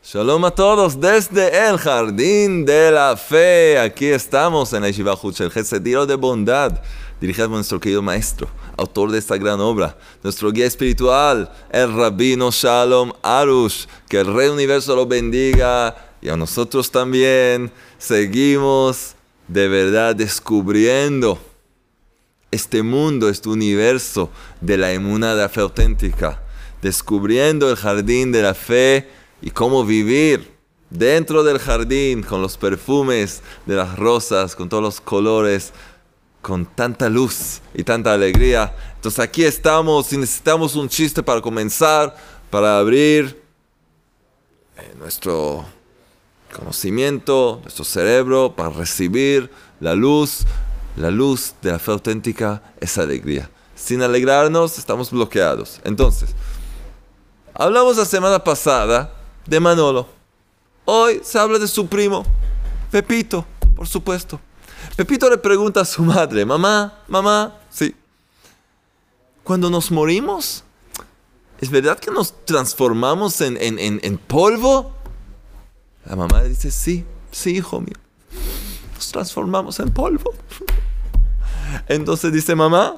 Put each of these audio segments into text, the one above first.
Shalom a todos desde el Jardín de la Fe. Aquí estamos en la Yeshiva Shel Chesed, Hilo de Bondad, dirigida por nuestro querido maestro, autor de esta gran obra, nuestro guía espiritual, el Rabino Shalom Arush. Que el Rey Universo lo bendiga y a nosotros también. Seguimos de verdad descubriendo este mundo, este universo de la emuná de la fe auténtica, descubriendo el Jardín de la Fe y cómo vivir dentro del jardín con los perfumes de las rosas, con todos los colores, con tanta luz y tanta alegría. Entonces aquí estamos y necesitamos un chiste para comenzar, para abrir nuestro conocimiento, nuestro cerebro, para recibir la luz. La luz de la fe auténtica es alegría. Sin alegrarnos estamos bloqueados. Entonces, hablamos la semana pasada de Manolo. Hoy se habla de su primo, Pepito, por supuesto. Pepito le pregunta a su madre: mamá, sí, cuando nos morimos, ¿es verdad que nos transformamos en polvo? La mamá le dice: sí, hijo mío, nos transformamos en polvo. Entonces dice mamá: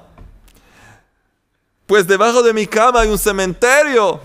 pues debajo de mi cama hay un cementerio.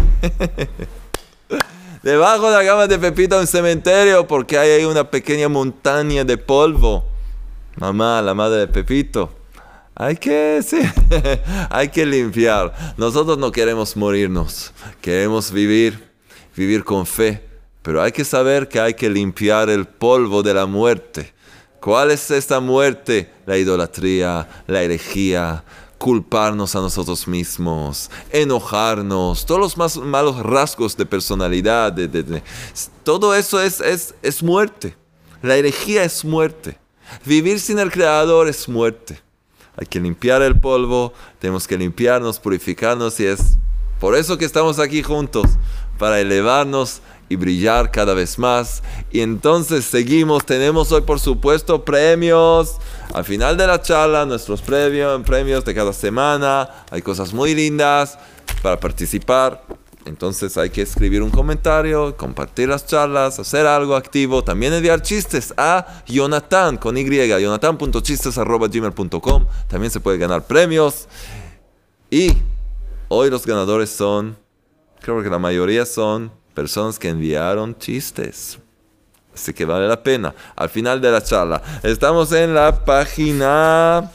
Debajo de la cama de Pepito hay un cementerio porque hay ahí una pequeña montaña de polvo. Mamá, la madre de Pepito, hay que limpiar. Nosotros no queremos morirnos, queremos vivir con fe. Pero hay que saber que hay que limpiar el polvo de la muerte. ¿Cuál es esta muerte? La idolatría, la herejía, culparnos a nosotros mismos, enojarnos, todos los más malos rasgos de personalidad, todo eso es muerte. La herejía es muerte. Vivir sin el Creador es muerte. Hay que limpiar el polvo, tenemos que limpiarnos, purificarnos, y es por eso que estamos aquí juntos, para elevarnos y brillar cada vez más. Y entonces seguimos, tenemos hoy por supuesto premios. Al final de la charla, nuestros premios de cada semana. Hay cosas muy lindas para participar. Entonces hay que escribir un comentario, compartir las charlas, hacer algo activo. También enviar chistes a Jonathan con Y, jonathan.chistes@gmail.com. También se puede ganar premios. Y hoy los ganadores son, creo que la mayoría son personas que enviaron chistes. Así que vale la pena. Al final de la charla. Estamos en la página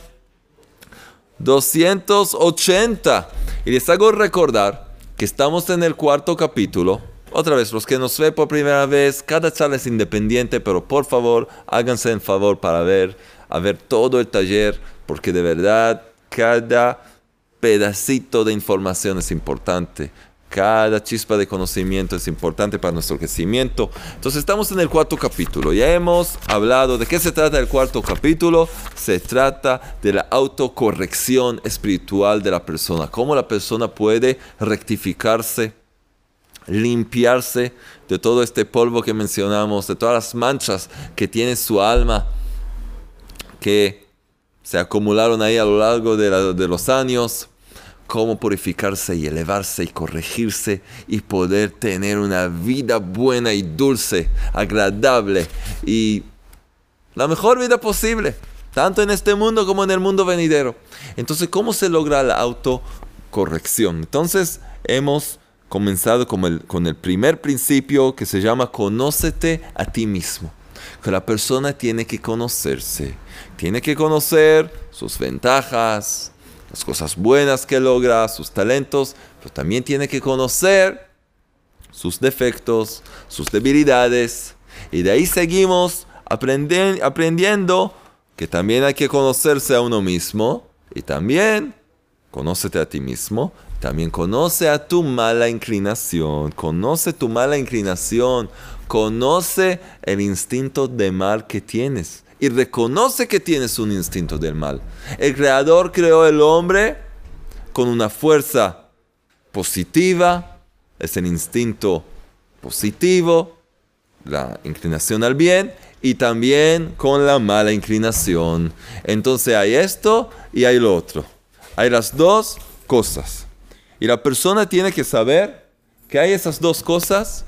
280. Y les hago recordar que estamos en el cuarto capítulo. Otra vez, los que nos ven por primera vez, cada charla es independiente, pero por favor, háganse el favor para ver todo el taller, porque de verdad, cada pedacito de información es importante. Cada chispa de conocimiento es importante para nuestro crecimiento. Entonces estamos en el cuarto capítulo. Ya hemos hablado de qué se trata el cuarto capítulo. Se trata de la autocorrección espiritual de la persona. Cómo la persona puede rectificarse, limpiarse de todo este polvo que mencionamos, de todas las manchas que tiene su alma, que se acumularon ahí a lo largo de los años. Cómo purificarse y elevarse y corregirse y poder tener una vida buena y dulce, agradable y la mejor vida posible, tanto en este mundo como en el mundo venidero. Entonces, ¿cómo se logra la autocorrección? Entonces, hemos comenzado con el primer principio que se llama conócete a ti mismo. Que la persona tiene que conocerse, tiene que conocer sus ventajas, las cosas buenas que logra, sus talentos, pero también tiene que conocer sus defectos, sus debilidades. Y de ahí seguimos aprendiendo que también hay que conocerse a uno mismo. Y también, conócete a ti mismo. También conoce a tu mala inclinación. Conoce tu mala inclinación. Conoce el instinto de mal que tienes. Y reconoce que tienes un instinto del mal. El Creador creó el hombre con una fuerza positiva. Es el instinto positivo, la inclinación al bien. Y también con la mala inclinación. Entonces hay esto y hay lo otro. Hay las dos cosas. Y la persona tiene que saber que hay esas dos cosas.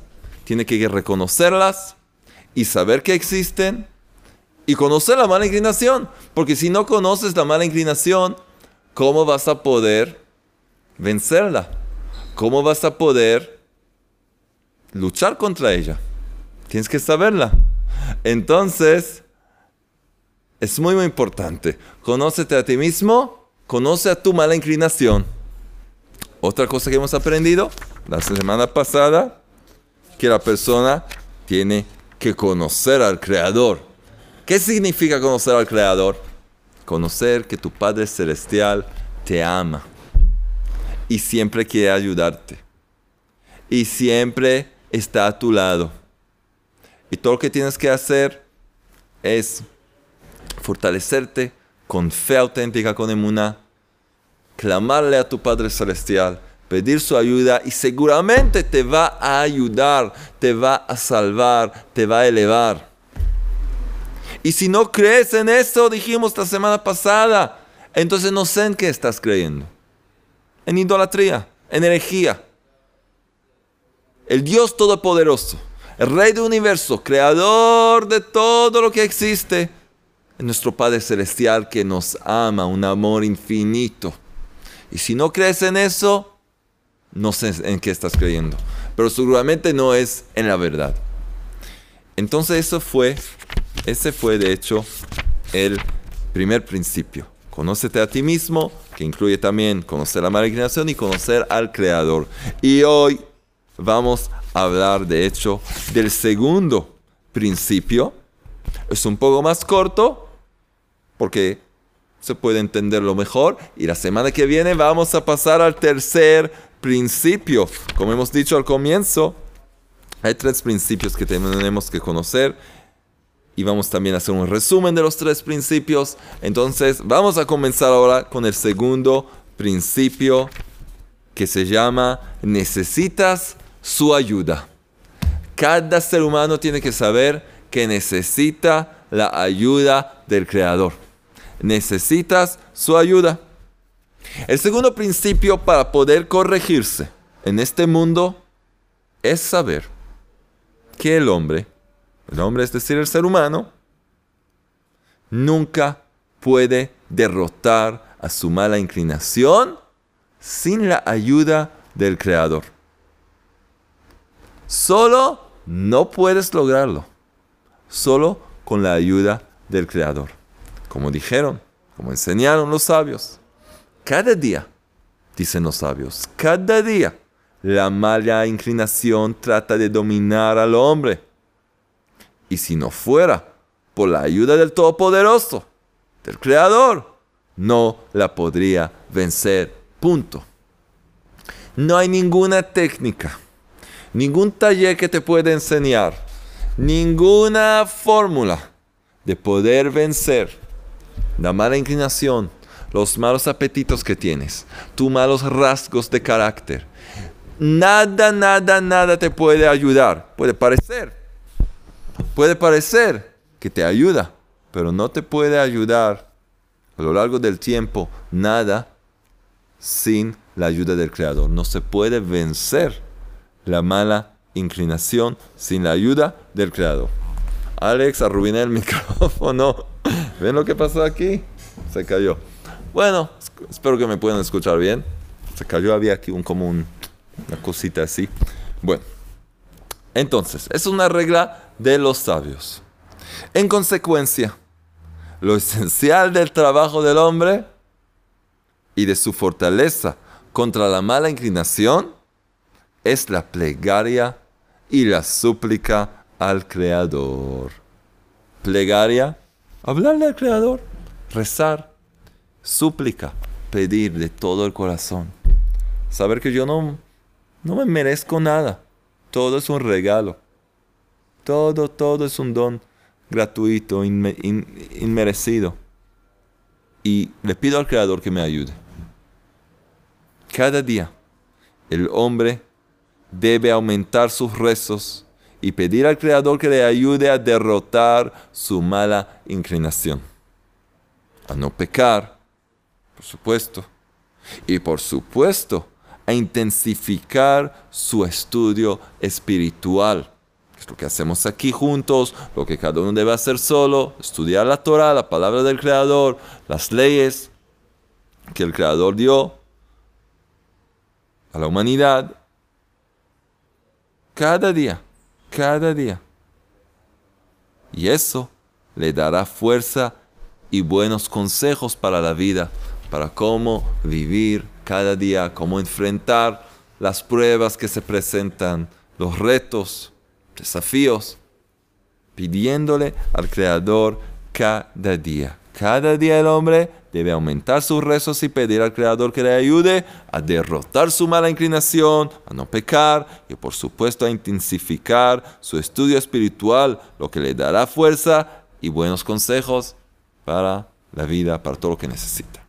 tiene que reconocerlas y saber que existen y conocer la mala inclinación. Porque si no conoces la mala inclinación, ¿cómo vas a poder vencerla? ¿Cómo vas a poder luchar contra ella? Tienes que saberla. Entonces, es muy, muy importante. Conócete a ti mismo, conoce a tu mala inclinación. Otra cosa que hemos aprendido la semana pasada, que la persona tiene que conocer al Creador. ¿Qué significa conocer al Creador? Conocer que tu Padre Celestial te ama y siempre quiere ayudarte y siempre está a tu lado. Y todo lo que tienes que hacer es fortalecerte con fe auténtica, con emuná, clamarle a tu Padre Celestial, pedir su ayuda y seguramente te va a ayudar, te va a salvar, te va a elevar. Y si no crees en eso, dijimos la semana pasada, entonces no sé en qué estás creyendo. En idolatría, en herejía. El Dios Todopoderoso, el Rey del Universo, Creador de todo lo que existe, es nuestro Padre Celestial que nos ama, un amor infinito. Y si no crees en eso, no sé en qué estás creyendo. Pero seguramente no es en la verdad. Entonces ese fue de hecho el primer principio. Conócete a ti mismo, que incluye también conocer la mala inclinación y conocer al Creador. Y hoy vamos a hablar de hecho del segundo principio. Es un poco más corto porque se puede entenderlo mejor. Y la semana que viene vamos a pasar al tercer principio. Como hemos dicho al comienzo, hay 3 principios que tenemos que conocer. Y vamos también a hacer un resumen de los 3 principios. Entonces vamos a comenzar ahora con el segundo principio que se llama necesitas su ayuda. Cada ser humano tiene que saber que necesita la ayuda del Creador. Necesitas su ayuda. El segundo principio para poder corregirse en este mundo es saber que el hombre, es decir, el ser humano, nunca puede derrotar a su mala inclinación sin la ayuda del Creador. Solo no puedes lograrlo, solo con la ayuda del Creador. Como dijeron, como enseñaron los sabios, cada día, dicen los sabios, cada día la mala inclinación trata de dominar al hombre. Y si no fuera por la ayuda del Todopoderoso, del Creador, no la podría vencer. Punto. No hay ninguna técnica, ningún taller que te pueda enseñar, ninguna fórmula de poder vencer la mala inclinación, los malos apetitos que tienes, tus malos rasgos de carácter. Nada te puede ayudar. Puede parecer que te ayuda, pero no te puede ayudar a lo largo del tiempo nada sin la ayuda del Creador. No se puede vencer la mala inclinación sin la ayuda del Creador. Alex, arruiné el micrófono. ¿Ven lo que pasó aquí? Se cayó. Bueno, espero que me puedan escuchar bien. Se cayó, había aquí una cosita así. Bueno, entonces, es una regla de los sabios. En consecuencia, lo esencial del trabajo del hombre y de su fortaleza contra la mala inclinación es la plegaria y la súplica al Creador. Plegaria, hablarle al Creador, rezar. Súplica, pedir de todo el corazón. Saber que yo no me merezco nada. Todo es un regalo. Todo es un don gratuito, inmerecido. Y le pido al Creador que me ayude. Cada día el hombre debe aumentar sus rezos y pedir al Creador que le ayude a derrotar su mala inclinación. A no pecar, por supuesto. Y por supuesto, a intensificar su estudio espiritual. Es lo que hacemos aquí juntos, lo que cada uno debe hacer solo, estudiar la Torah, la palabra del Creador, las leyes que el Creador dio a la humanidad. Cada día. Y eso le dará fuerza y buenos consejos para la vida, para cómo vivir cada día, cómo enfrentar las pruebas que se presentan, los retos, desafíos, pidiéndole al Creador cada día. Cada día el hombre debe aumentar sus rezos y pedir al Creador que le ayude a derrotar su mala inclinación, a no pecar y por supuesto a intensificar su estudio espiritual, lo que le dará fuerza y buenos consejos para la vida, para todo lo que necesita.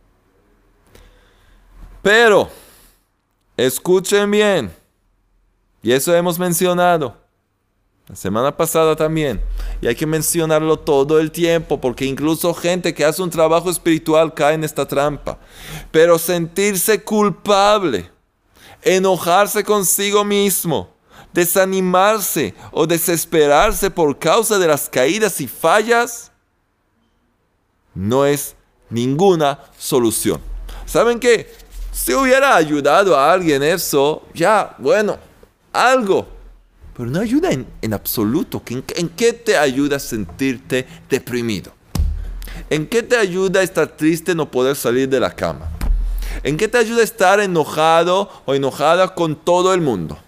Pero, escuchen bien, y eso hemos mencionado la semana pasada también, y hay que mencionarlo todo el tiempo, porque incluso gente que hace un trabajo espiritual cae en esta trampa. Pero sentirse culpable, enojarse consigo mismo, desanimarse o desesperarse por causa de las caídas y fallas, no es ninguna solución. ¿Saben qué? Si hubiera ayudado a alguien eso, ya, bueno, algo. Pero no ayuda en absoluto. ¿En qué te ayuda a sentirte deprimido? ¿En qué te ayuda a estar triste no poder salir de la cama? ¿En qué te ayuda a estar enojado o enojada con todo el mundo?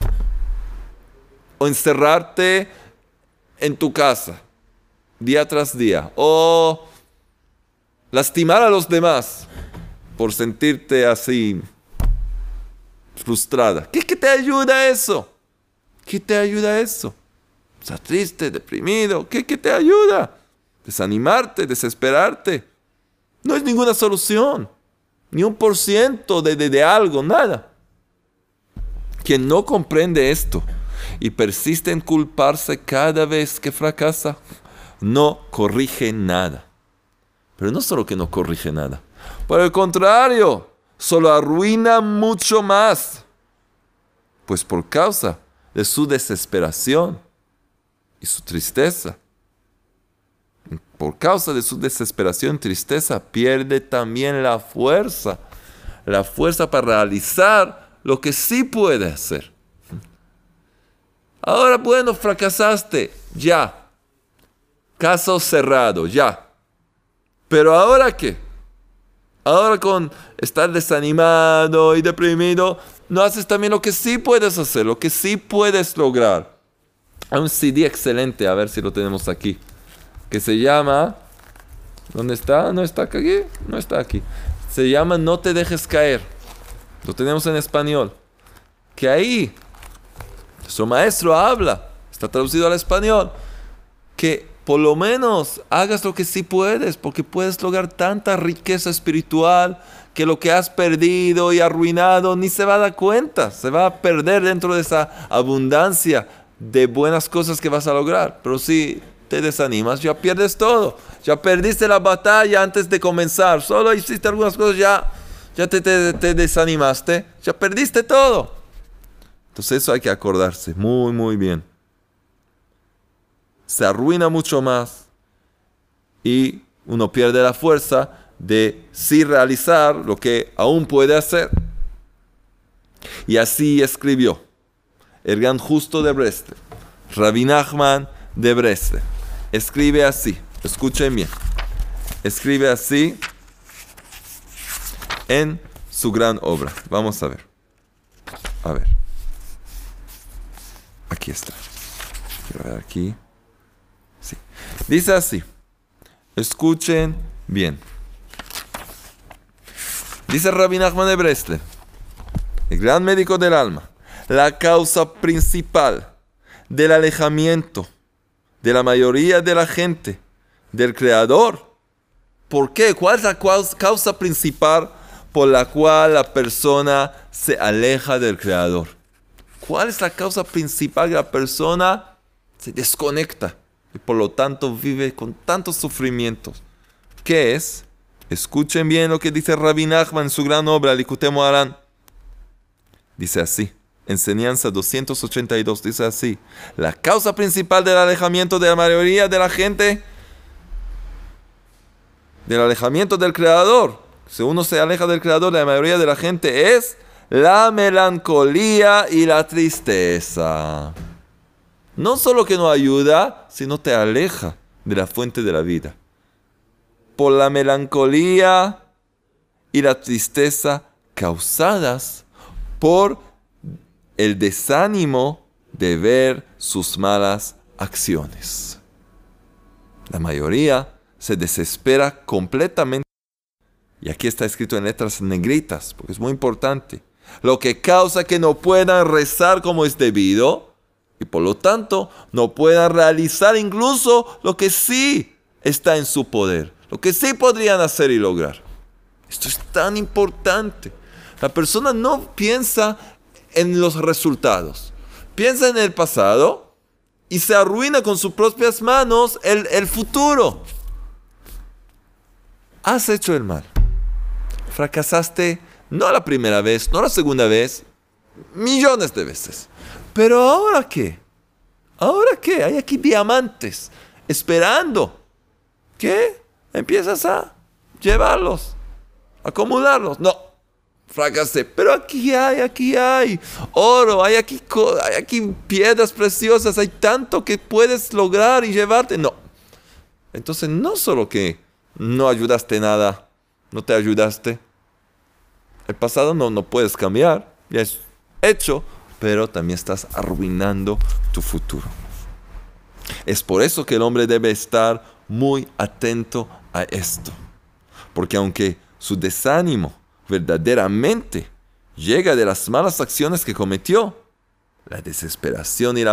O encerrarte en tu casa día tras día. O lastimar a los demás por sentirte así frustrada. ¿Qué te ayuda eso? ¿Qué te ayuda eso? ¿Estás triste, deprimido? ¿Qué te ayuda? Desanimarte, desesperarte. No es ninguna solución. Ni 1% de algo, nada. Quien no comprende esto y persiste en culparse cada vez que fracasa, no corrige nada. Pero no solo que no corrige nada. Por el contrario, solo arruina mucho más. Pues por causa de su desesperación y su tristeza. Por causa de su desesperación y tristeza, pierde también la fuerza para realizar lo que sí puede hacer. Ahora, bueno, fracasaste, ya. Caso cerrado, ya. Pero ¿ahora qué? Ahora con estar desanimado y deprimido, no haces también lo que sí puedes hacer, lo que sí puedes lograr. Hay un CD excelente, a ver si lo tenemos aquí, que se llama... ¿Dónde está? ¿No está aquí? No está aquí. Se llama No te dejes caer. Lo tenemos en español. Que ahí, nuestro maestro habla, está traducido al español, que por lo menos hagas lo que sí puedes, porque puedes lograr tanta riqueza espiritual que lo que has perdido y arruinado ni se va a dar cuenta. Se va a perder dentro de esa abundancia de buenas cosas que vas a lograr. Pero si te desanimas, ya pierdes todo. Ya perdiste la batalla antes de comenzar. Solo hiciste algunas cosas, ya te desanimaste. Ya perdiste todo. Entonces eso hay que acordarse muy, muy bien. Se arruina mucho más y uno pierde la fuerza de sí realizar lo que aún puede hacer. Y así escribió el gran justo de Breslev, Rabbi Nachman de Breslev. Escribe así, escuchen bien, escribe así en su gran obra. Vamos a ver. Aquí está. Quiero ver aquí. Sí. Dice así. Escuchen bien. Dice Rabbi Nachman de Breslev, el gran médico del alma, la causa principal del alejamiento de la mayoría de la gente del Creador. ¿Por qué? ¿Cuál es la causa principal por la cual la persona se aleja del Creador? ¿Cuál es la causa principal que la persona se desconecta y por lo tanto vive con tantos sufrimientos? ¿Qué es? Escuchen bien lo que dice Rabbi Nachman en su gran obra, Likutei Moharan. Dice así, Enseñanza 282 dice así: la causa principal del alejamiento de la mayoría de la gente, del alejamiento del Creador, si uno se aleja del Creador, la mayoría de la gente, es la melancolía y la tristeza. No solo que no ayuda, sino te aleja de la fuente de la vida. Por la melancolía y la tristeza causadas por el desánimo de ver sus malas acciones. La mayoría se desespera completamente. Y aquí está escrito en letras negritas, porque es muy importante. Lo que causa que no puedan rezar como es debido, y por lo tanto no puedan realizar incluso lo que sí está en su poder, lo que sí podrían hacer y lograr. Esto es tan importante. La persona no piensa en los resultados, piensa en el pasado y se arruina con sus propias manos el futuro. Has hecho el mal. Fracasaste no la primera vez, no la segunda vez, millones de veces. Pero ¿ahora qué? ¿Ahora qué? Hay aquí diamantes esperando. ¿Qué? Empiezas a llevarlos, a acumularlos. No, fracasé. Pero aquí hay oro, hay aquí piedras preciosas, hay tanto que puedes lograr y llevarte. No. Entonces no solo que no ayudaste nada, no te ayudaste. El pasado no puedes cambiar, ya es hecho, pero también estás arruinando tu futuro. Es por eso que el hombre debe estar muy atento a esto. Porque aunque su desánimo verdaderamente llega de las malas acciones que cometió, la desesperación y la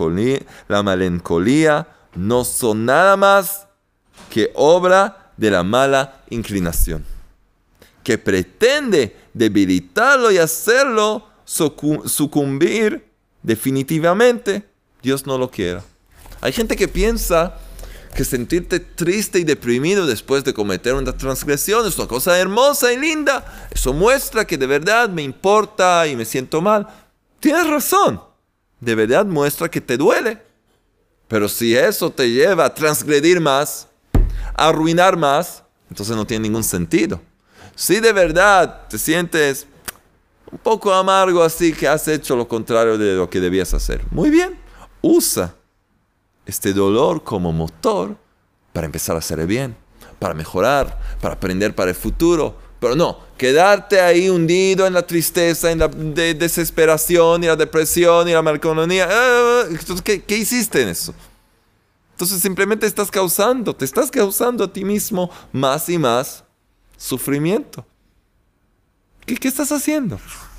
melancolía no son nada más que obra de la mala inclinación, que pretende debilitarlo y hacerlo sucumbir definitivamente. Dios no lo quiera. Hay gente que piensa que sentirte triste y deprimido después de cometer una transgresión es una cosa hermosa y linda. Eso muestra que de verdad me importa y me siento mal. Tienes razón. De verdad muestra que te duele. Pero si eso te lleva a transgredir más, a arruinar más, entonces no tiene ningún sentido. Si de verdad te sientes un poco amargo así que has hecho lo contrario de lo que debías hacer, muy bien, usa este dolor como motor para empezar a hacer el bien, para mejorar, para aprender para el futuro. Pero no, quedarte ahí hundido en la tristeza, en la desesperación y la depresión y la melancolía. Entonces, ¿qué hiciste en eso? Entonces simplemente te estás causando a ti mismo más y más sufrimiento. ¿Qué estás haciendo?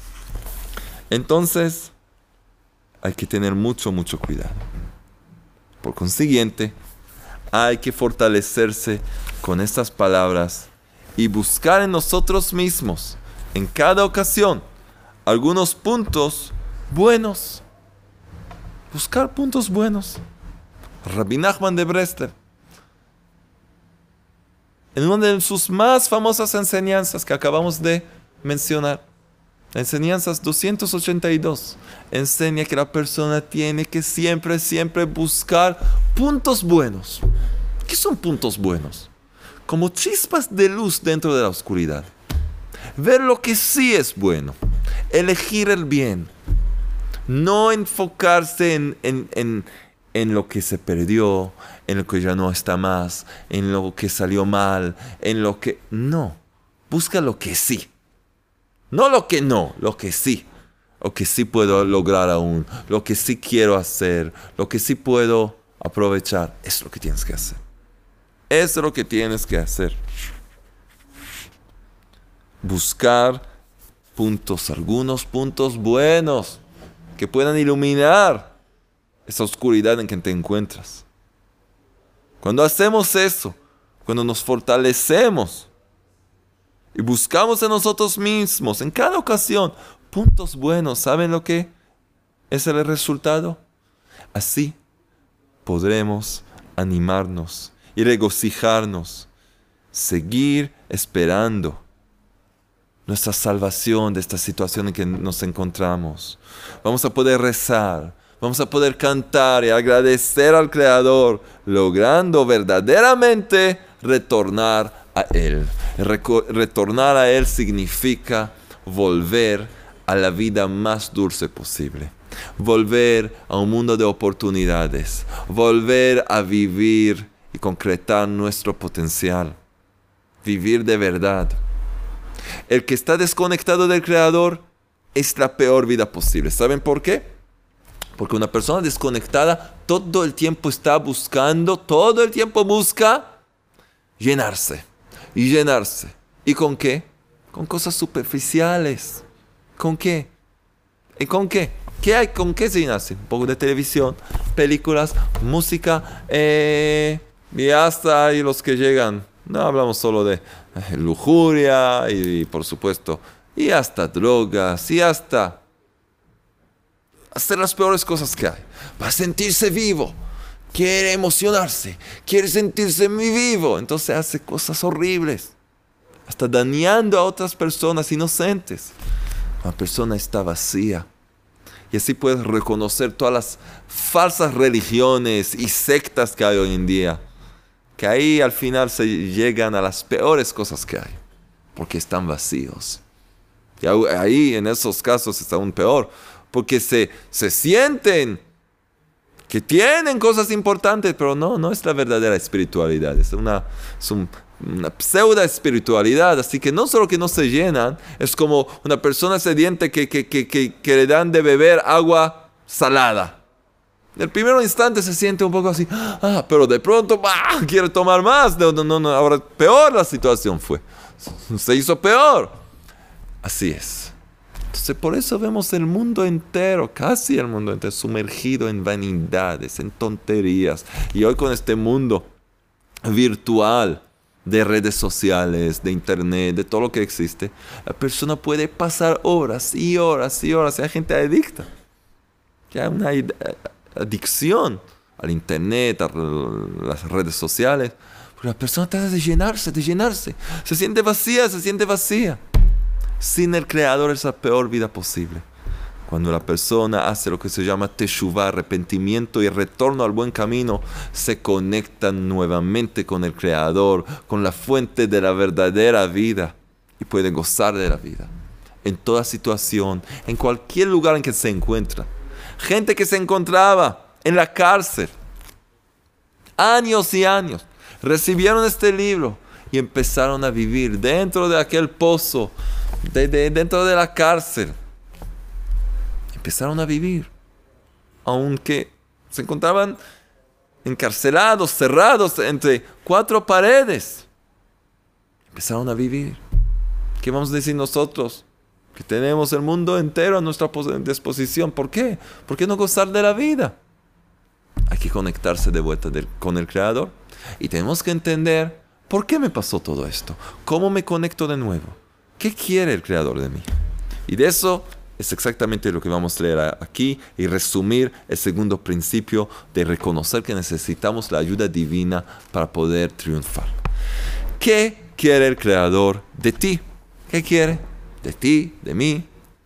Entonces, hay que tener mucho cuidado. Por consiguiente, hay que fortalecerse con estas palabras y buscar en nosotros mismos, en cada ocasión, algunos puntos buenos. Buscar puntos buenos. Rabbi Nachman de Breslev, en una de sus más famosas enseñanzas que acabamos de mencionar, enseñanzas 282, enseña que la persona tiene que siempre buscar puntos buenos. ¿Qué son puntos buenos? Como chispas de luz dentro de la oscuridad. Ver lo que sí es bueno, elegir el bien, no enfocarse en lo que se perdió, en lo que ya no está más, en lo que salió mal, en lo que... No, busca lo que sí. No lo que no, lo que sí. Lo que sí puedo lograr aún, lo que sí quiero hacer, lo que sí puedo aprovechar. Es lo que tienes que hacer. Es lo que tienes que hacer. Buscar algunos puntos buenos que puedan iluminar esa oscuridad en que te encuentras. Cuando hacemos eso, cuando nos fortalecemos y buscamos en nosotros mismos, en cada ocasión, puntos buenos, ¿saben lo que es el resultado? Así podremos animarnos y regocijarnos, seguir esperando nuestra salvación de esta situación en que nos encontramos. Vamos a poder rezar, vamos a poder cantar y agradecer al Creador, logrando verdaderamente retornar a Él. Retornar a Él significa volver a la vida más dulce posible. Volver a un mundo de oportunidades. Volver a vivir y concretar nuestro potencial. Vivir de verdad. El que está desconectado del Creador es la peor vida posible. ¿Saben por qué? Porque una persona desconectada todo el tiempo está buscando, todo el tiempo busca llenarse y llenarse. ¿Y con qué? Con cosas superficiales. ¿Con qué? ¿Y con qué? ¿Qué hay? ¿Con qué se llenarse? Un poco de televisión, películas, música, y hasta hay los que llegan. No hablamos solo de lujuria y por supuesto, y hasta drogas, y hasta hacer las peores cosas que hay. Va a sentirse vivo, quiere emocionarse, quiere sentirse muy vivo. Entonces hace cosas horribles, hasta dañando a otras personas inocentes. La persona está vacía. Y así puedes reconocer todas las falsas religiones y sectas que hay hoy en día. Que ahí al final se llegan a las peores cosas que hay. Porque están vacíos. Y ahí en esos casos es aún peor. Porque se sienten que tienen cosas importantes. Pero no es la verdadera espiritualidad. Es una pseudo espiritualidad. Así que no solo que no se llenan. Es como una persona sediente que le dan de beber agua salada. En el primer instante se siente un poco así, pero de pronto quiere tomar más. No, ahora peor la situación fue. Se hizo peor. Así es. Entonces por eso vemos el mundo entero, casi el mundo entero, sumergido en vanidades, en tonterías. Y hoy con este mundo virtual, de redes sociales, de internet, de todo lo que existe, la persona puede pasar horas y horas y horas. Y hay gente adicta. Ya hay una adicción al internet, a las redes sociales. Porque la persona trata de llenarse. Se siente vacía. Sin el Creador es la peor vida posible. Cuando la persona hace lo que se llama teshuvah, arrepentimiento y retorno al buen camino, se conecta nuevamente con el Creador, con la fuente de la verdadera vida y puede gozar de la vida. En toda situación, en cualquier lugar en que se encuentra. Gente que se encontraba en la cárcel, años y años, recibieron este libro y empezaron a vivir dentro de aquel pozo, dentro de la cárcel. Empezaron a vivir, aunque se encontraban encarcelados, cerrados entre 4 paredes. Empezaron a vivir. ¿Qué vamos a decir nosotros? Que tenemos el mundo entero a nuestra disposición. ¿Por qué? ¿Por qué no gozar de la vida? Hay que conectarse de vuelta con el Creador. Y tenemos que entender por qué me pasó todo esto. ¿Cómo me conecto de nuevo? ¿Qué quiere el Creador de mí? Y de eso es exactamente lo que vamos a leer aquí y resumir el segundo principio de reconocer que necesitamos la ayuda divina para poder triunfar. ¿Qué quiere el Creador de ti? ¿Qué quiere? De ti, de mí.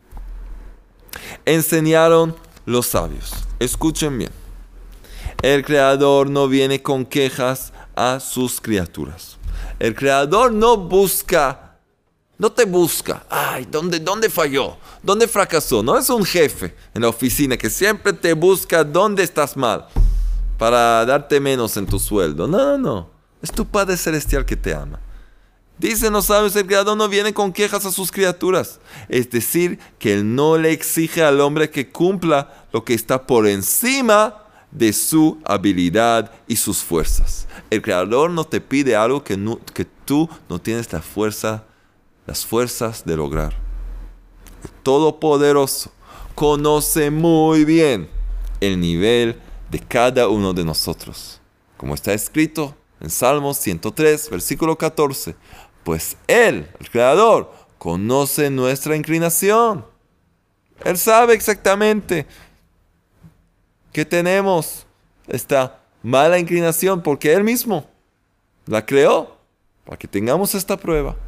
Enseñaron los sabios. Escuchen bien. El Creador no viene con quejas a sus criaturas. El Creador no te busca. Ay, ¿dónde falló? ¿Dónde fracasó? No es un jefe en la oficina que siempre te busca dónde estás mal para darte menos en tu sueldo. No. Es tu Padre Celestial que te ama. Dicen los sabios, el Creador no viene con quejas a sus criaturas. Es decir, que Él no le exige al hombre que cumpla lo que está por encima de su habilidad y sus fuerzas. El Creador no te pide algo que tú no tienes las fuerzas de lograr. El Todopoderoso conoce muy bien el nivel de cada uno de nosotros. Como está escrito en Salmos 103, versículo 14. Pues Él, el Creador, conoce nuestra inclinación. Él sabe exactamente que tenemos esta mala inclinación porque Él mismo la creó para que tengamos esta prueba,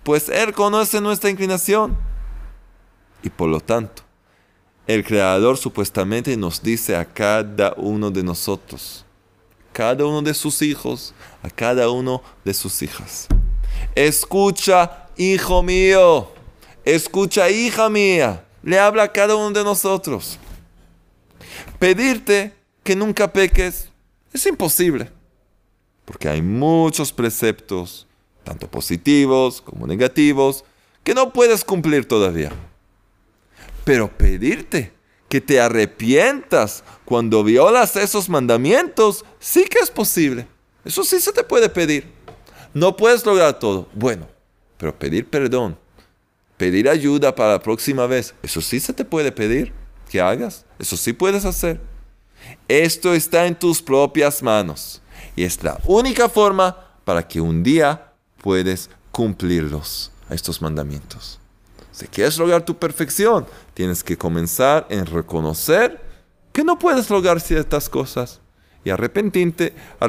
pues Él conoce nuestra inclinación. Y por lo tanto, el Creador supuestamente nos dice a cada uno de nosotros, cada uno de sus hijos, a cada uno de sus hijas: escucha, hijo mío, escucha, hija mía. Le habla a cada uno de nosotros. Pedirte que nunca peques es imposible, porque hay muchos preceptos, tanto positivos como negativos, que no puedes cumplir todavía. Pero pedirte que te arrepientas cuando violas esos mandamientos, sí que es posible. Eso sí se te puede pedir. No puedes lograr todo. Bueno, pero pedir perdón, pedir ayuda para la próxima vez, eso sí se te puede pedir que hagas. Eso sí puedes hacer. Esto está en tus propias manos. Y es la única forma para que un día puedes cumplirlos, a estos mandamientos. Si quieres lograr tu perfección, tienes que comenzar en reconocer que no puedes lograr ciertas cosas y arrepentirte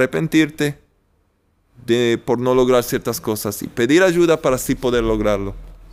por no lograr ciertas cosas y pedir ayuda para así poder lograrlo.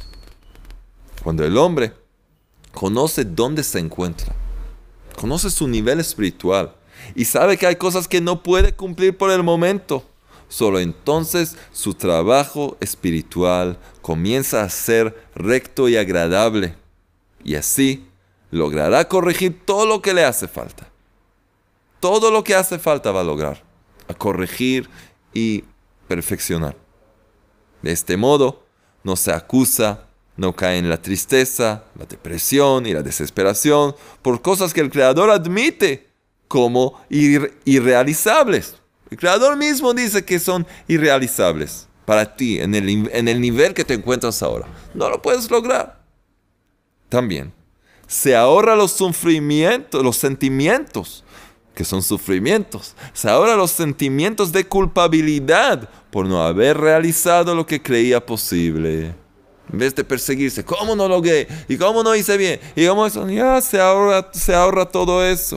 Cuando el hombre conoce dónde se encuentra, conoce su nivel espiritual y sabe que hay cosas que no puede cumplir por el momento, solo entonces su trabajo espiritual comienza a ser recto y agradable, y así logrará corregir todo lo que le hace falta. Todo lo que hace falta va a lograr, a corregir y perfeccionar. De este modo, no se acusa, no cae en la tristeza, la depresión y la desesperación por cosas que el Creador admite como irrealizables. El Creador mismo dice que son irrealizables para ti en el nivel que te encuentras ahora. No lo puedes lograr. También se ahorra los sufrimientos, los sentimientos, que son sufrimientos. Se ahorra los sentimientos de culpabilidad por no haber realizado lo que creía posible. En vez de perseguirse, ¿cómo no logré? ¿Y cómo no hice bien? ¿Y cómo eso? Ya se ahorra todo eso.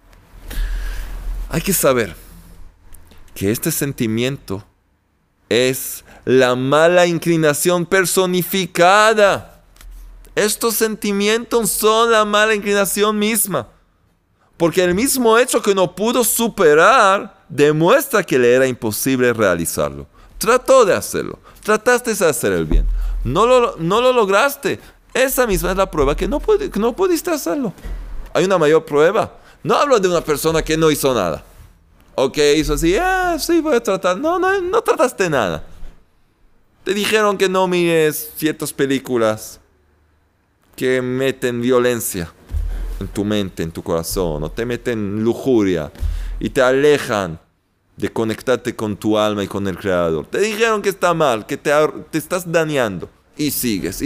Hay que saber que este sentimiento es la mala inclinación personificada. Estos sentimientos son la mala inclinación misma. Porque el mismo hecho que no pudo superar demuestra que le era imposible realizarlo. Trató de hacerlo. Trataste de hacer el bien. No lo lograste. Esa misma es la prueba que no pudiste hacerlo. Hay una mayor prueba. No hablo de una persona que no hizo nada. O que hizo así, sí, voy a tratar. No trataste nada. Te dijeron que no mires ciertas películas que meten violencia en tu mente, en tu corazón, o te meten lujuria y te alejan de conectarte con tu alma y con el Creador. Te dijeron que está mal, que te estás dañando, y sigues.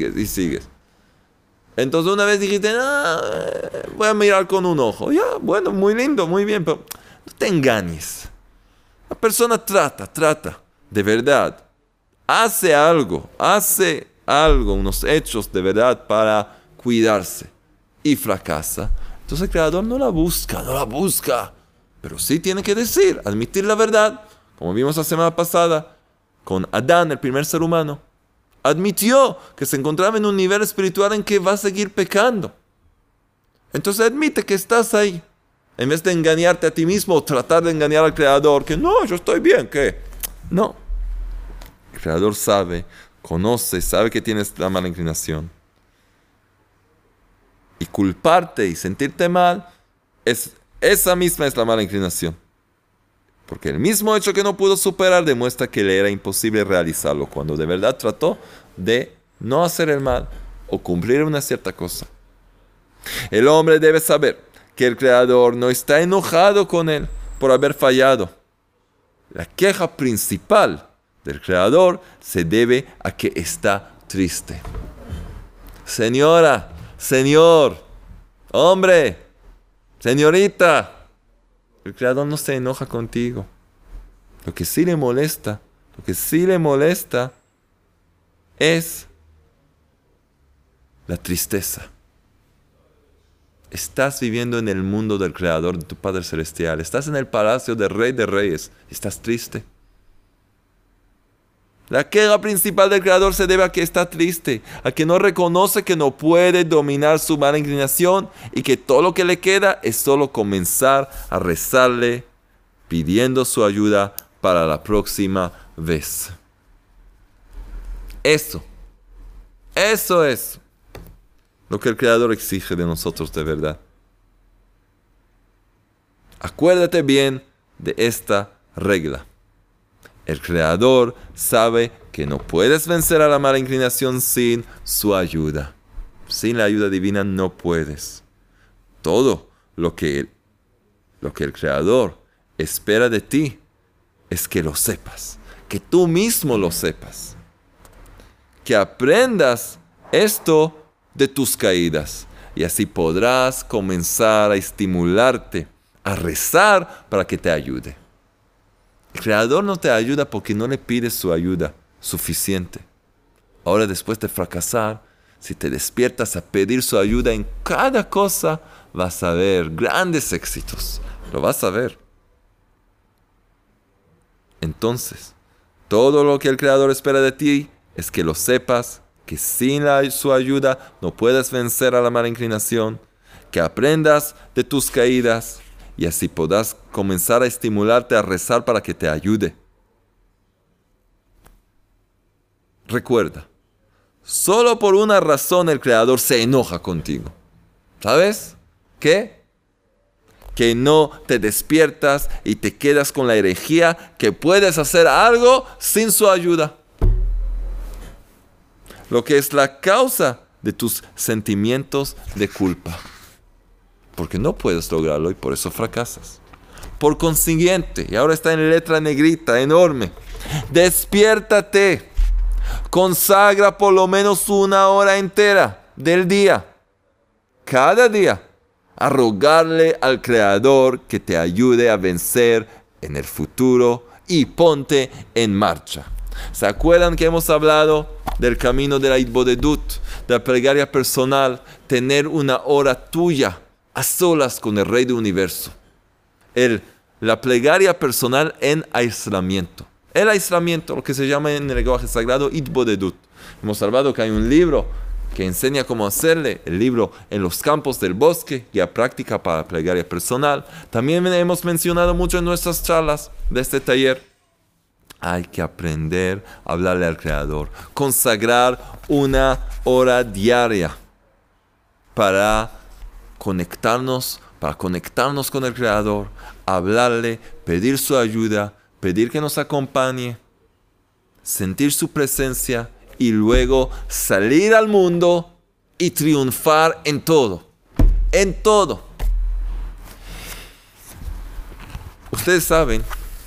Entonces una vez dijiste, voy a mirar con un ojo. Ya, bueno, muy lindo, muy bien, pero no te engañes. La persona trata, de verdad. Hace algo, unos hechos de verdad para cuidarse. Y fracasa. Entonces el Creador no la busca. Pero sí tiene que admitir la verdad. Como vimos la semana pasada con Adán, el primer ser humano. Admitió que se encontraba en un nivel espiritual en que va a seguir pecando. Entonces admite que estás ahí. En vez de engañarte a ti mismo o tratar de engañar al Creador, que no, yo estoy bien, ¿qué? No. El Creador conoce, sabe que tienes la mala inclinación. Y culparte y sentirte mal, esa misma es la mala inclinación. Porque el mismo hecho que no pudo superar demuestra que le era imposible realizarlo cuando de verdad trató de no hacer el mal o cumplir una cierta cosa. El hombre debe saber que el Creador no está enojado con él por haber fallado. La queja principal del Creador se debe a que está triste. Señora, señor, hombre, señorita, el Creador no se enoja contigo. Lo que sí le molesta es la tristeza. Estás viviendo en el mundo del Creador, de tu Padre Celestial. Estás en el palacio del Rey de Reyes. Estás triste. La queja principal del Creador se debe a que está triste, a que no reconoce que no puede dominar su mala inclinación y que todo lo que le queda es solo comenzar a rezarle pidiendo su ayuda para la próxima vez. Eso es lo que el Creador exige de nosotros de verdad. Acuérdate bien de esta regla. El Creador sabe que no puedes vencer a la mala inclinación sin su ayuda. Sin la ayuda divina no puedes. Todo lo que el Creador espera de ti es que lo sepas, que tú mismo lo sepas, que aprendas esto de tus caídas y así podrás comenzar a estimularte, a rezar para que te ayude. El Creador no te ayuda porque no le pides su ayuda suficiente. Ahora, después de fracasar, si te despiertas a pedir su ayuda en cada cosa, vas a ver grandes éxitos. Lo vas a ver. Entonces, todo lo que el Creador espera de ti es que lo sepas, que sin su ayuda no puedes vencer a la mala inclinación, que aprendas de tus caídas y así podrás comenzar a estimularte a rezar para que te ayude. Recuerda, solo por una razón el Creador se enoja contigo. ¿Sabes qué? Que no te despiertas y te quedas con la herejía que puedes hacer algo sin su ayuda. Lo que es la causa de tus sentimientos de culpa. Porque no puedes lograrlo y por eso fracasas. Por consiguiente, y ahora está en letra negrita, enorme, despiértate. Consagra por lo menos 1 hora entera del día, cada día, a rogarle al Creador que te ayude a vencer en el futuro y ponte en marcha. ¿Se acuerdan que hemos hablado del camino de la Itbodedut, de la plegaria personal, tener 1 hora tuya a solas con el Rey del Universo? La plegaria personal en aislamiento. El aislamiento, lo que se llama en el lenguaje sagrado Itbodedut. Hemos hablado que hay un libro que enseña cómo hacerle, el libro En los campos del bosque, guía práctica para la plegaria personal. También hemos mencionado mucho en nuestras charlas de este taller. Hay que aprender a hablarle al Creador, consagrar 1 hora diaria para conectarnos con el Creador, hablarle, pedir su ayuda, pedir que nos acompañe, sentir su presencia y luego salir al mundo y triunfar en todo. En todo. Ustedes saben,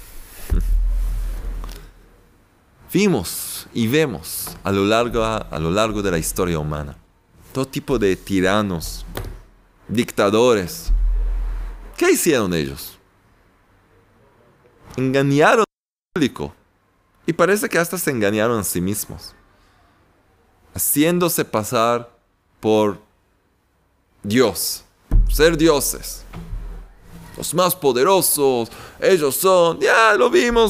vimos y vemos a lo largo de la historia humana todo tipo de tiranos, dictadores. ¿Qué hicieron ellos? Engañaron al público y parece que hasta se engañaron a sí mismos, haciéndose pasar por Dios, ser dioses, los más poderosos. Ellos son, ya lo vimos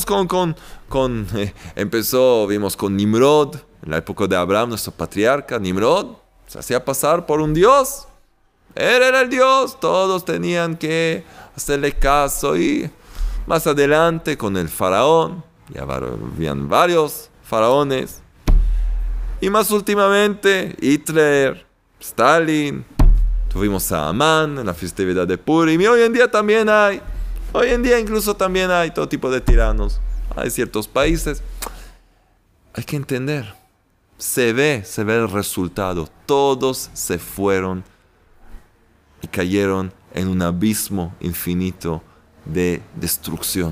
vimos con Nimrod, en la época de Abraham, nuestro patriarca. Nimrod se hacía pasar por un dios. Él era el dios, todos tenían que hacerle caso. Y más adelante con el faraón, ya habían varios faraones. Y más últimamente Hitler, Stalin, tuvimos a Amán en la festividad de Purim. Y hoy en día incluso también hay todo tipo de tiranos. Hay ciertos países. Hay que entender, se ve el resultado. Todos se fueron y cayeron en un abismo infinito de destrucción.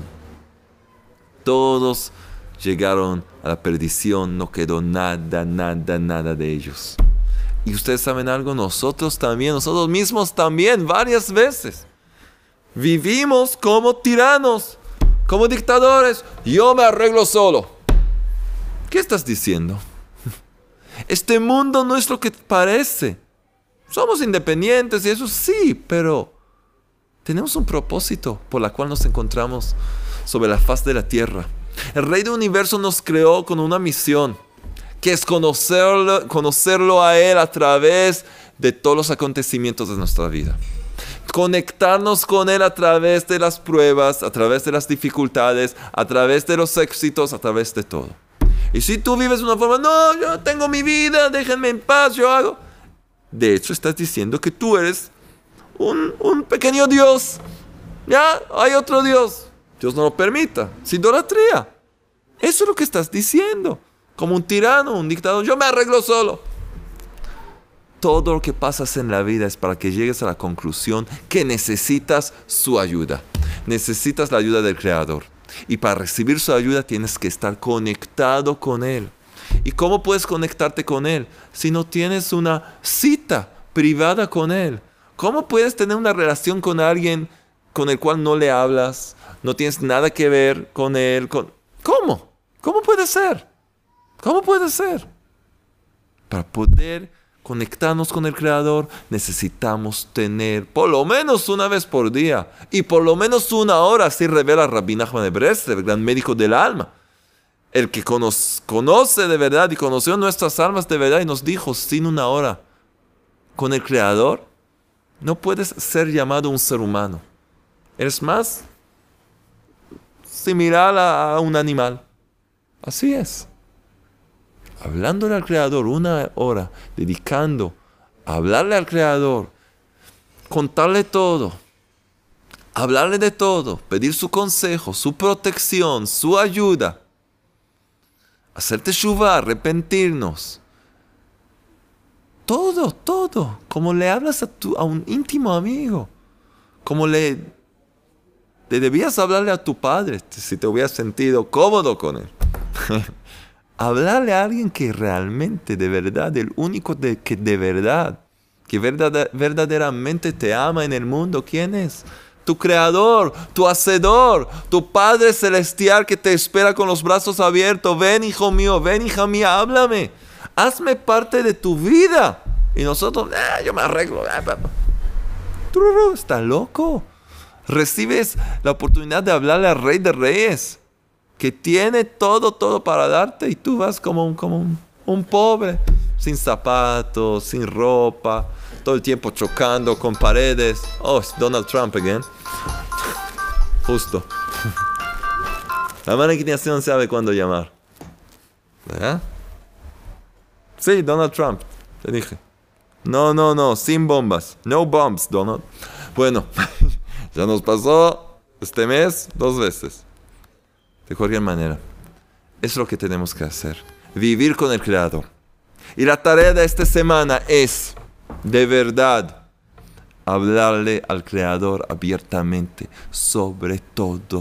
Todos llegaron a la perdición, no quedó nada de ellos. Y ustedes saben algo, nosotros mismos también, varias veces vivimos como tiranos, como dictadores. Yo me arreglo solo. ¿Qué estás diciendo? Este mundo no es lo que parece. Somos independientes y eso sí, pero tenemos un propósito por el cual nos encontramos sobre la faz de la tierra. El Rey del Universo nos creó con una misión, que es conocerlo a Él a través de todos los acontecimientos de nuestra vida. Conectarnos con Él a través de las pruebas, a través de las dificultades, a través de los éxitos, a través de todo. Y si tú vives de una forma, no, yo tengo mi vida, déjenme en paz, yo hago. De hecho, estás diciendo que tú eres un pequeño Dios. Ya, hay otro Dios. Dios no lo permita. Es idolatría. Eso es lo que estás diciendo. Como un tirano, un dictador. Yo me arreglo solo. Todo lo que pasas en la vida es para que llegues a la conclusión que necesitas su ayuda. Necesitas la ayuda del Creador. Y para recibir su ayuda tienes que estar conectado con Él. ¿Y cómo puedes conectarte con Él si no tienes una cita privada con Él? ¿Cómo puedes tener una relación con alguien con el cual no le hablas? No tienes nada que ver con Él. ¿Cómo? ¿Cómo puede ser? ¿Cómo puede ser? Para poder conectarnos con el Creador, necesitamos tener por lo menos una vez por día y por lo menos una hora, así revela Rabbi Nachman de Breslev, el gran médico del alma. El que conoce de verdad y conoció nuestras almas de verdad y nos dijo, sin una hora con el Creador, no puedes ser llamado un ser humano. Eres más similar a un animal. Así es. Hablándole al Creador una hora, dedicando a hablarle al Creador, contarle todo, hablarle de todo, pedir su consejo, su protección, su ayuda, hacer teshuvá, arrepentirnos. Todo, como le hablas a un íntimo amigo, como le debías hablarle a tu padre, si te hubieras sentido cómodo con él. Hablarle a alguien que realmente, de verdad, el único que verdaderamente te ama en el mundo, ¿quién es? Tu Creador, tu Hacedor, tu Padre Celestial que te espera con los brazos abiertos. Ven, hijo mío, ven, hija mía, háblame. Hazme parte de tu vida. Y nosotros, yo me arreglo. ¿Estás loco? Recibes la oportunidad de hablarle al Rey de Reyes, que tiene todo para darte, y tú vas como un pobre, sin zapatos, sin ropa, todo el tiempo chocando con paredes. Oh, es Donald Trump again. Justo. La maquinación sabe cuándo llamar. ¿Verdad? Sí, Donald Trump, te dije. No, sin bombas. No bombs, Donald. Bueno, ya nos pasó este mes 2 veces. De cualquier manera, es lo que tenemos que hacer. Vivir con el Creador. Y la tarea de esta semana es, de verdad, hablarle al Creador abiertamente sobre todo.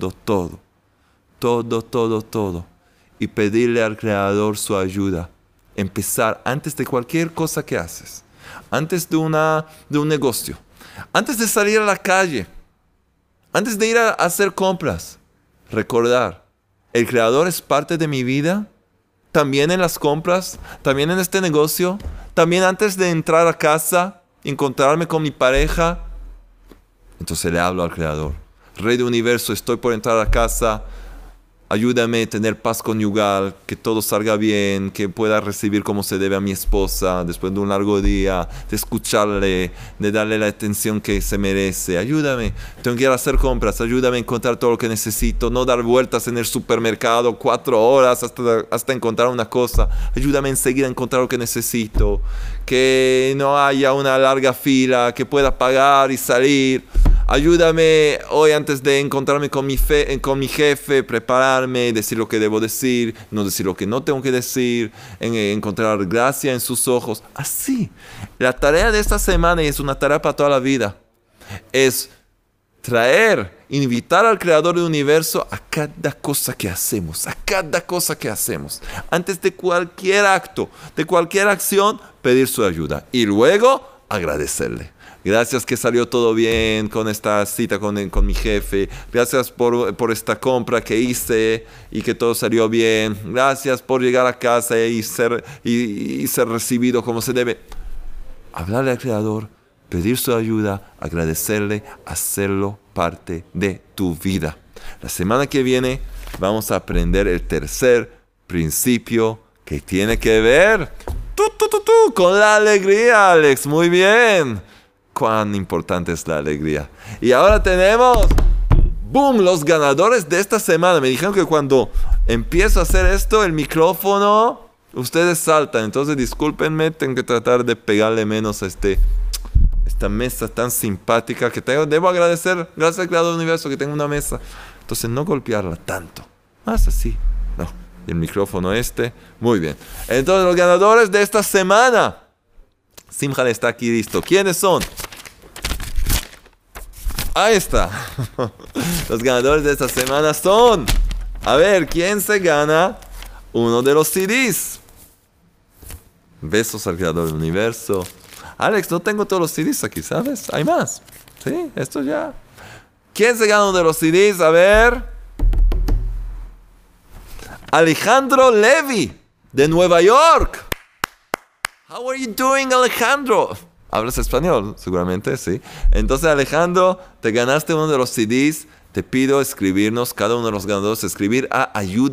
Y pedirle al Creador su ayuda. Empezar antes de cualquier cosa que haces. Antes de un negocio. Antes de salir a la calle. Antes de ir a hacer compras. Recordar, el Creador es parte de mi vida, también en las compras, también en este negocio, también antes de entrar a casa, encontrarme con mi pareja. Entonces le hablo al Creador. Rey del Universo, estoy por entrar a casa, ayúdame a tener paz conyugal, que todo salga bien, que pueda recibir como se debe a mi esposa después de un largo día, de escucharle, de darle la atención que se merece. Ayúdame, tengo que ir a hacer compras, ayúdame a encontrar todo lo que necesito, no dar vueltas en el supermercado 4 horas hasta encontrar una cosa. Ayúdame enseguida a encontrar lo que necesito, que no haya una larga fila, que pueda pagar y salir. Ayúdame hoy antes de encontrarme con mi jefe, prepararme, decir lo que debo decir, no decir lo que no tengo que decir, encontrar gracia en sus ojos. Así, la tarea de esta semana, y es una tarea para toda la vida, es invitar al Creador del Universo a cada cosa que hacemos, Antes de cualquier acto, de cualquier acción, pedir su ayuda y luego agradecerle. Gracias que salió todo bien con esta cita con mi jefe. Gracias por esta compra que hice y que todo salió bien. Gracias por llegar a casa y ser recibido como se debe. Hablarle al Creador, pedir su ayuda, agradecerle, hacerlo parte de tu vida. La semana que viene vamos a aprender el tercer principio que tiene que ver con la alegría, Alex. Muy bien. Cuán importante es la alegría. Y ahora tenemos, ¡boom!, los ganadores de esta semana. Me dijeron que cuando empiezo a hacer esto, el micrófono, ustedes saltan. Entonces, discúlpenme, tengo que tratar de pegarle menos a esta mesa tan simpática que tengo. Debo agradecer, gracias al Creador del Universo, que tengo una mesa. Entonces, no golpearla tanto. Más así. No. Y el micrófono muy bien. Entonces, los ganadores de esta semana. Simhan está aquí listo. ¿Quiénes son? Ahí está. Los ganadores de esta semana son... A ver, ¿quién se gana uno de los CDs? Besos al Creador del Universo. Alex, no tengo todos los CDs aquí, ¿sabes? Hay más. Sí, esto ya. ¿Quién se gana uno de los CDs? A ver. Alejandro Levy, de Nueva York. How are you doing, Alejandro? ¿Hablas español? Seguramente, sí. Entonces, Alejandro, te ganaste uno de los CDs. Te pido escribirnos, cada uno de los ganadores, escribir a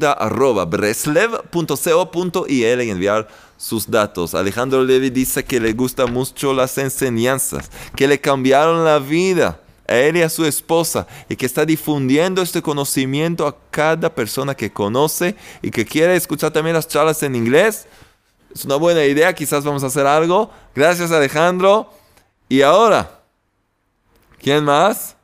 ayuda@breslev.co.il y enviar sus datos. Alejandro Levy dice que le gustan mucho las enseñanzas, que le cambiaron la vida a él y a su esposa, y que está difundiendo este conocimiento a cada persona que conoce y que quiere escuchar también las charlas en inglés. Es una buena idea, quizás vamos a hacer algo. Gracias, Alejandro. Y ahora, ¿quién más?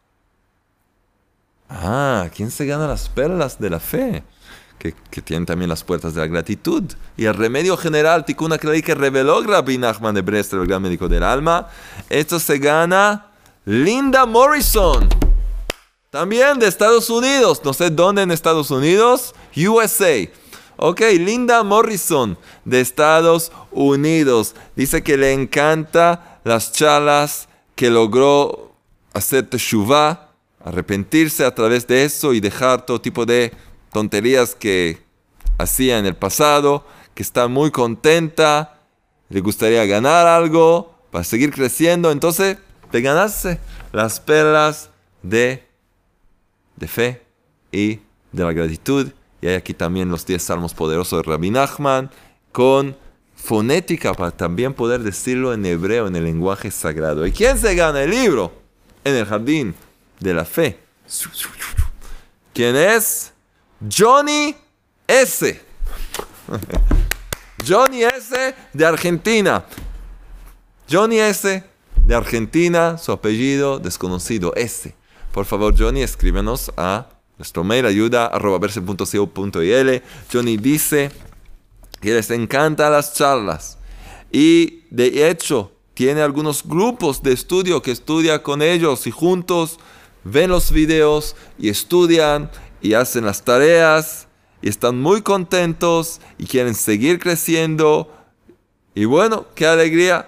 ¿Quién se gana las perlas de la fe? Que tienen también las puertas de la gratitud. Y el remedio general, Tikkun HaKlali, que reveló Rabbi Nachman de Breslev, el gran médico del alma. Esto se gana Linda Morrison. También de Estados Unidos. No sé dónde en Estados Unidos. USA. Ok, Linda Morrison de Estados Unidos. Dice que le encanta las charlas, que logró hacer teshuvah, arrepentirse a través de eso y dejar todo tipo de tonterías que hacía en el pasado, que está muy contenta, le gustaría ganar algo para seguir creciendo. Entonces, de ganarse las perlas de fe y de la gratitud. Y hay aquí también los 10 salmos poderosos de Rabbi Nachman con fonética para también poder decirlo en hebreo, en el lenguaje sagrado. ¿Y quién se gana el libro en el jardín de la fe? ¿Quién es? Johnny S. Johnny S. de Argentina. Johnny S. de Argentina, su apellido desconocido, S. Por favor, Johnny, escríbenos a nuestro mail, ayuda@breslev.co.il. Johnny dice que les encantan las charlas y de hecho tiene algunos grupos de estudio que estudia con ellos y juntos ven los videos y estudian y hacen las tareas y están muy contentos y quieren seguir creciendo. Y bueno, qué alegría,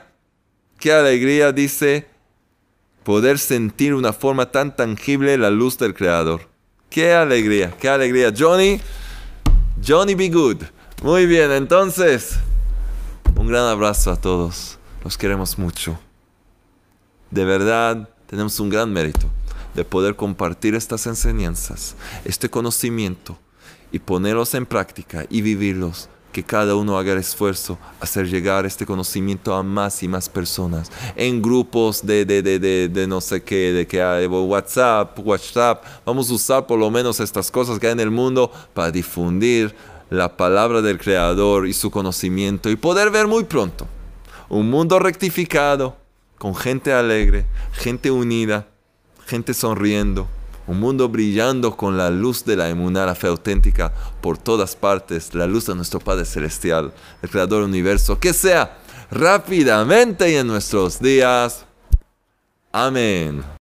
dice, poder sentir una forma tan tangible la luz del Creador. Qué alegría. Johnny, be good. Muy bien, entonces, un gran abrazo a todos. Los queremos mucho. De verdad, tenemos un gran mérito de poder compartir estas enseñanzas, este conocimiento, y ponerlos en práctica y vivirlos. Que cada uno haga el esfuerzo a hacer llegar este conocimiento a más y más personas. En grupos de no sé qué, de que hay WhatsApp. Vamos a usar por lo menos estas cosas que hay en el mundo para difundir la palabra del Creador y su conocimiento. Y poder ver muy pronto un mundo rectificado, con gente alegre, gente unida, gente sonriendo. Un mundo brillando con la luz de la emuná, la fe auténtica, por todas partes. La luz de nuestro Padre Celestial, el Creador del Universo. Que sea rápidamente y en nuestros días. Amén.